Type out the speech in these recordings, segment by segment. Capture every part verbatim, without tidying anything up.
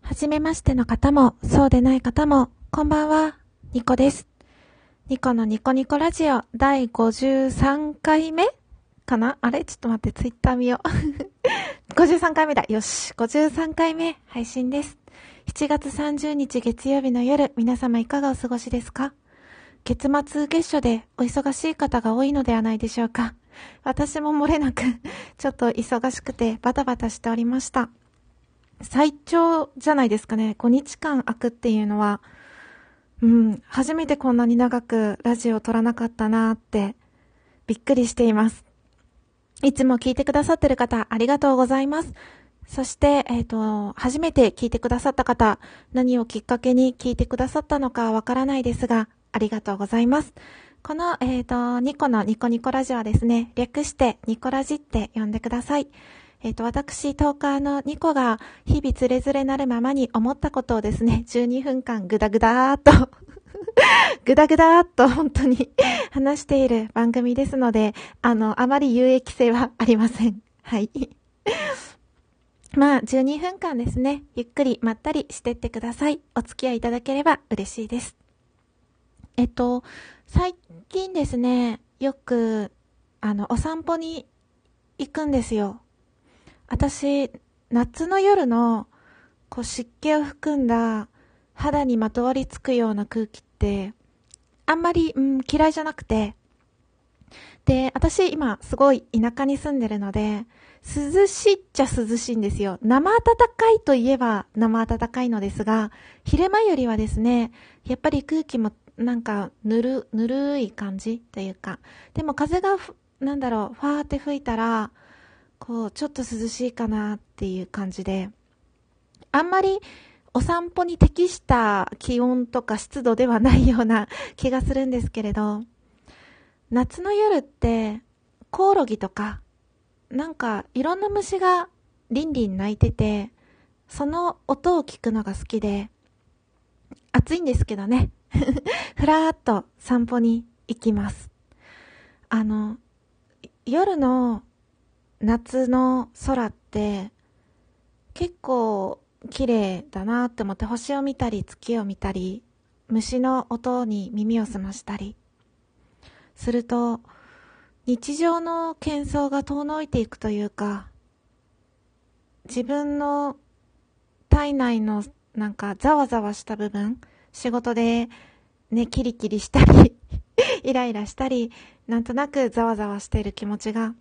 はじめましての方も、そうでない方も、こんばんは、ニコです。ニコのニコニコラジオだいごじゅうさんかいめかなあれちょっと待って、ツイッター見よう。ごじゅうさんかいめだ。よし、ごじゅうさんかいめ配信です。しちがつさんじゅうにち月曜日の夜、皆様いかがお過ごしですか？月末月初でお忙しい方が多いのではないでしょうか。私も漏れなく、ちょっと忙しくてバタバタしておりました。最長じゃないですかね。ごにちかん空くっていうのは、うん、初めてこんなに長くラジオを撮らなかったなーってびっくりしています。いつも聞いてくださってる方、ありがとうございます。そして、えっと、初めて聞いてくださった方、何をきっかけに聞いてくださったのかわからないですが、ありがとうございます。この、えっと、ニコのニコニコラジオはですね、略してニコラジって呼んでください。えっと、私、トーカーのニコが日々つれづれなるままに思ったことをですね、じゅうにふんかんぐだぐだーっと、ぐだぐだーっと本当に話している番組ですので、あの、あまり有益性はありません。はい。まあ、じゅうにふんかんですね、ゆっくりまったりしてってください。お付き合いいただければ嬉しいです。えっと、最近ですね、よく、あの、お散歩に行くんですよ。私、夏の夜のこう湿気を含んだ肌にまとわりつくような空気ってあんまり、うん、嫌いじゃなくて、で、私今すごい田舎に住んでるので、涼しいっちゃ涼しいんですよ。生暖かいといえば生暖かいのですが、昼間よりはですね、やっぱり空気もなんかぬる、ぬるい感じというか、でも風がふ、なんだろう、ファーって吹いたら、こう、ちょっと涼しいかなっていう感じで、あんまりお散歩に適した気温とか湿度ではないような気がするんですけれど、夏の夜ってコオロギとか、なんかいろんな虫がリンリン鳴いてて、その音を聞くのが好きで、暑いんですけどね、ふらーっと散歩に行きます。あの、夜の夏の空って結構綺麗だなって思って、星を見たり月を見たり虫の音に耳を澄ましたりすると、日常の喧騒が遠のいていくというか、自分の体内のなんかざわざわした部分、仕事でねキリキリしたりイライラしたり、なんとなくざわざわしている気持ちが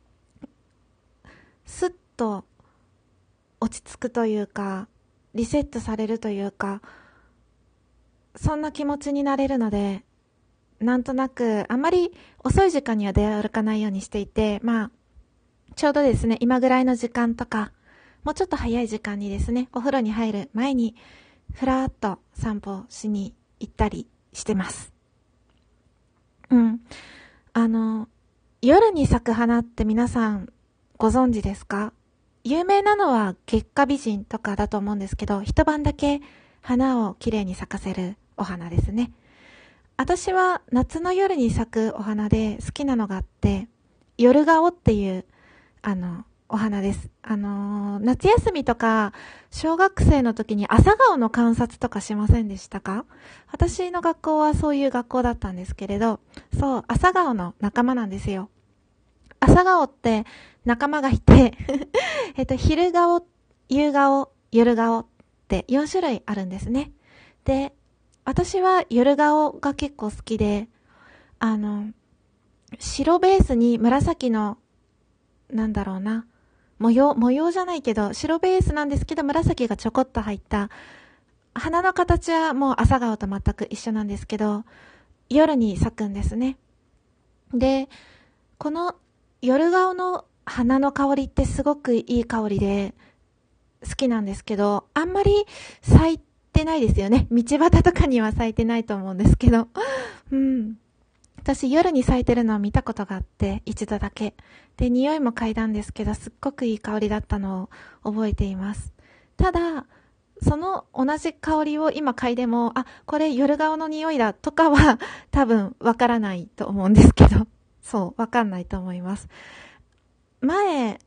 スッと落ち着くというか、リセットされるというか、そんな気持ちになれるので、なんとなくあまり遅い時間には出歩かないようにしていて、まあちょうどですね、今ぐらいの時間とか、もうちょっと早い時間にですね、お風呂に入る前にふらーっと散歩しに行ったりしてます。うん。あの、夜に咲く花って皆さんご存知ですか？有名なのは月下美人とかだと思うんですけど、一晩だけ花をきれいに咲かせるお花ですね。私は夏の夜に咲くお花で好きなのがあって、夜顔っていうあのお花です。あのー、夏休みとか小学生の時に朝顔の観察とかしませんでしたか？私の学校はそういう学校だったんですけれど、そう、朝顔の仲間なんですよ。朝顔って仲間がいてえっと、昼顔、夕顔、夜顔ってよんしゅるいあるんですね。で、私は夜顔が結構好きで、あの、白ベースに紫の、なんだろうな、模様、模様じゃないけど、白ベースなんですけど、紫がちょこっと入った、花の形はもう朝顔と全く一緒なんですけど、夜に咲くんですね。で、この夜顔の花の香りってすごくいい香りで好きなんですけど、あんまり咲いてないですよね。道端とかには咲いてないと思うんですけど。うん。私夜に咲いてるのを見たことがあって、一度だけ。で、匂いも嗅いだんですけど、すっごくいい香りだったのを覚えています。ただ、その同じ香りを今嗅いでも、あ、これ夜顔の匂いだとかは多分わからないと思うんですけど。そう、わかんないと思います。前、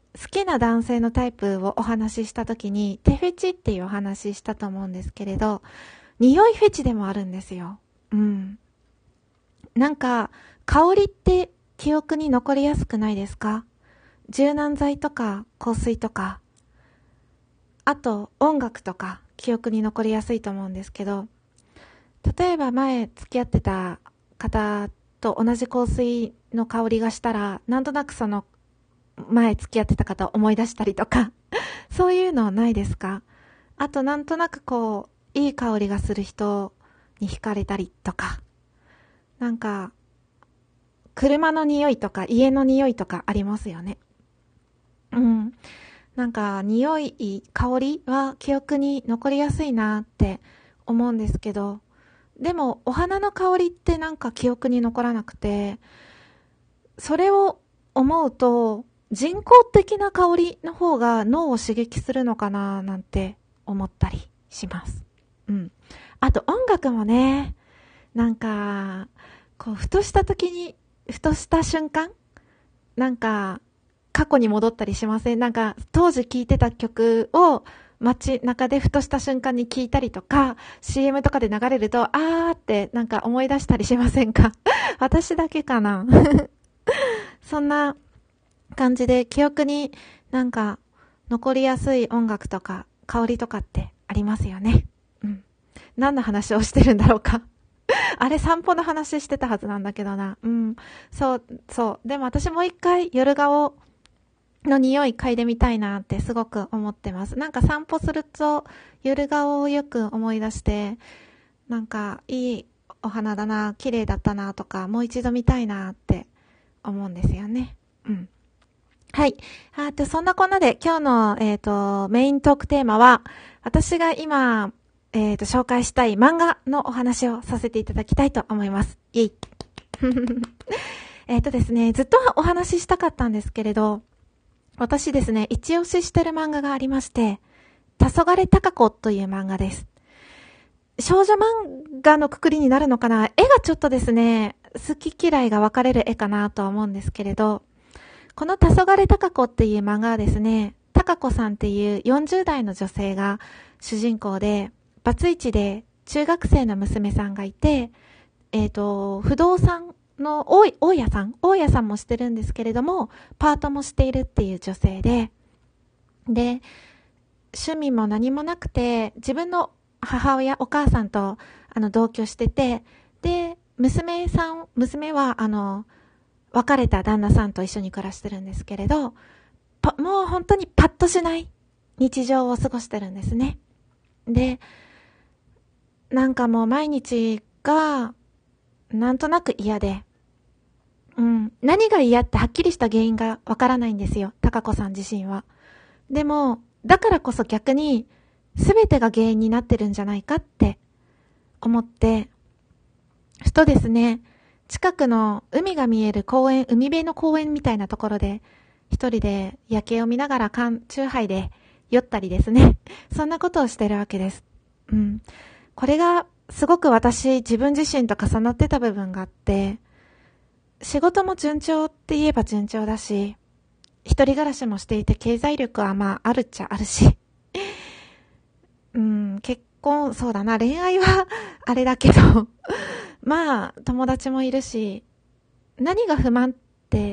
好きな男性のタイプをお話ししたときに、手フェチっていうお話ししたと思うんですけれど、匂いフェチでもあるんですよ。うん。なんか、香りって記憶に残りやすくないですか？柔軟剤とか香水とか、あと音楽とか記憶に残りやすいと思うんですけど、例えば前付き合ってた方と同じ香水の香りがしたら、なんとなくその前付き合ってた方を思い出したりとかそういうのないですか？あとなんとなくこういい香りがする人に惹かれたりとか、なんか車の匂いとか家の匂いとかありますよね。うん。なんか匂い、香りは記憶に残りやすいなって思うんですけど、でもお花の香りってなんか記憶に残らなくて、それを思うと人工的な香りの方が脳を刺激するのかななんて思ったりします。うん。あと音楽もね、なんかこうふとした時に、ふとした瞬間、なんか過去に戻ったりしません？なんか当時聴いてた曲を街中でふとした瞬間に聴いたりとか、 シーエム とかで流れるとあーってなんか思い出したりしませんか？私だけかなそんな感じで記憶になんか残りやすい音楽とか香りとかってありますよね。うん。何の話をしてるんだろうかあれ散歩の話してたはずなんだけどな。うん。そう、そう。でも私もう一回夜顔の匂い嗅いでみたいなってすごく思ってます。なんか散歩すると夜顔をよく思い出して、なんかいいお花だな、綺麗だったなとか、もう一度見たいなって思うんですよね。うん。はい。あと、そんなこんなで今日の、えっと、メイントークテーマは、私が今、えっと、紹介したい漫画のお話をさせていただきたいと思います。イェイ。えっとですね、ずっとお話ししたかったんですけれど、私ですね、一押ししてる漫画がありまして、黄昏貴子という漫画です。少女漫画のくくりになるのかな？絵がちょっとですね、好き嫌いが分かれる絵かなとは思うんですけれど、この黄昏貴子っていう漫画はですね、貴子さんっていうよんじゅう代の女性が主人公で、バツイチで中学生の娘さんがいて、えっと、不動産の大、大家さん、大家さんもしてるんですけれども、パートもしているっていう女性で、で、趣味も何もなくて、自分の母親、お母さんとあの同居してて、で、娘さん、娘はあの、別れた旦那さんと一緒に暮らしてるんですけれど、もう本当にパッとしない日常を過ごしてるんですね。で、なんかもう毎日がなんとなく嫌で、うん、何が嫌ってはっきりした原因がわからないんですよ、貴子さん自身は。でも、だからこそ逆に全てが原因になってるんじゃないかって思って、ふとですね、近くの海が見える公園、海辺の公園みたいなところで、一人で夜景を見ながら缶、チューハイで酔ったりですね。そんなことをしてるわけです。うん。これがすごく私自分自身と重なってた部分があって、仕事も順調って言えば順調だし、一人暮らしもしていて経済力はまああるっちゃあるし、うん、結婚、そうだな、恋愛はあれだけど、まあ、友達もいるし、何が不満って、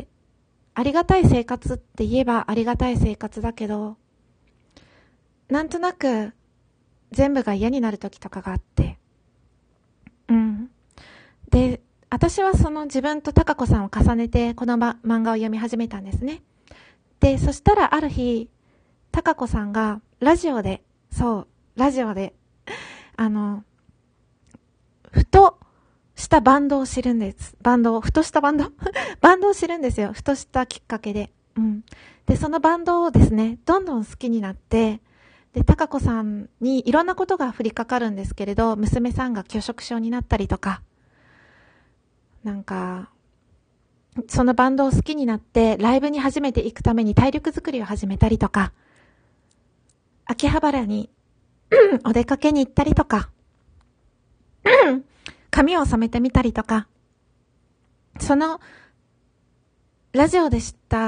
ありがたい生活って言えばありがたい生活だけど、なんとなく全部が嫌になる時とかがあって。うん。で、私はその自分と貴子さんを重ねてこの漫画を読み始めたんですね。で、そしたらある日、貴子さんがラジオで、そう、ラジオで、あの、ふと、したバンドを知るんです。バンドを、ふとしたバンドバンドを知るんですよ。ふとしたきっかけで。うん。で、そのバンドをですね、どんどん好きになって、で、貴子さんにいろんなことが降りかかるんですけれど、娘さんが拒食症になったりとか、なんか、そのバンドを好きになって、ライブに初めて行くために体力作りを始めたりとか、秋葉原にお出かけに行ったりとか、髪を染めてみたりとか、そのラジオで知った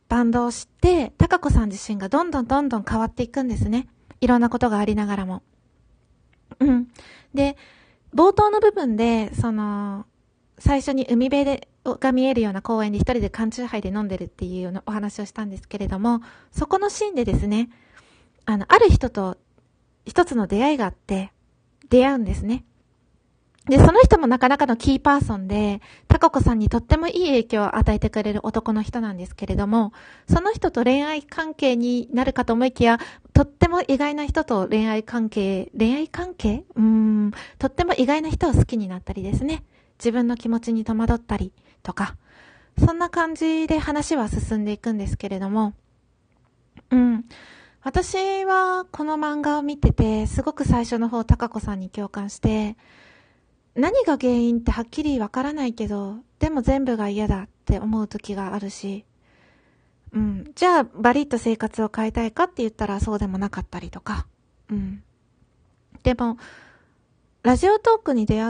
バンドを知って、貴子さん自身がどんどんどんどん変わっていくんですね。いろんなことがありながらも。うん。で、冒頭の部分で、その、最初に海辺でが見えるような公園で一人で缶チューハイで飲んでるっていうようなお話をしたんですけれども、そこのシーンでですね、あの、ある人と一つの出会いがあって、出会うんですね。で、その人もなかなかのキーパーソンで、貴子さんにとってもいい影響を与えてくれる男の人なんですけれども、その人と恋愛関係になるかと思いきや、とっても意外な人と恋愛関係、恋愛関係うーん、とっても意外な人を好きになったりですね。自分の気持ちに戸惑ったりとか、そんな感じで話は進んでいくんですけれども、うん。私はこの漫画を見てて、すごく最初の方、貴子さんに共感して、何が原因ってはっきりわからないけど、でも全部が嫌だって思う時があるし、うん。じゃあ、バリッと生活を変えたいかって言ったらそうでもなかったりとか、うん。でも、ラジオトークに出会って、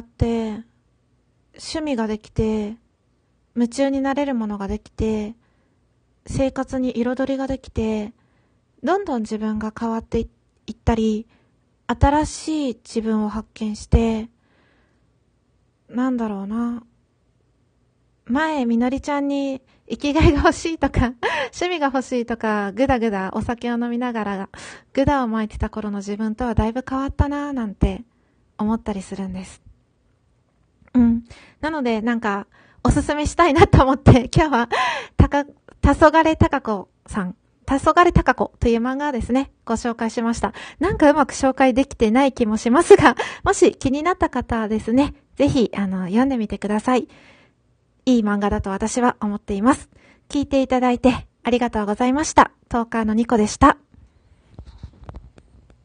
趣味ができて、夢中になれるものができて、生活に彩りができて、どんどん自分が変わっていったり、新しい自分を発見して、なんだろうな。前、みのりちゃんに生きがいが欲しいとか、趣味が欲しいとか、ぐだぐだお酒を飲みながら、ぐだを巻いてた頃の自分とはだいぶ変わったなぁなんて思ったりするんです。うん。なので、なんか、おすすめしたいなと思って、今日は、たか、たそがれたかこさん、たそがれたかこという漫画をですね、ご紹介しました。なんかうまく紹介できてない気もしますが、もし気になった方はですね、ぜひ、あの、読んでみてください。いい漫画だと私は思っています。聞いていただいてありがとうございました。トーカーのニコでした。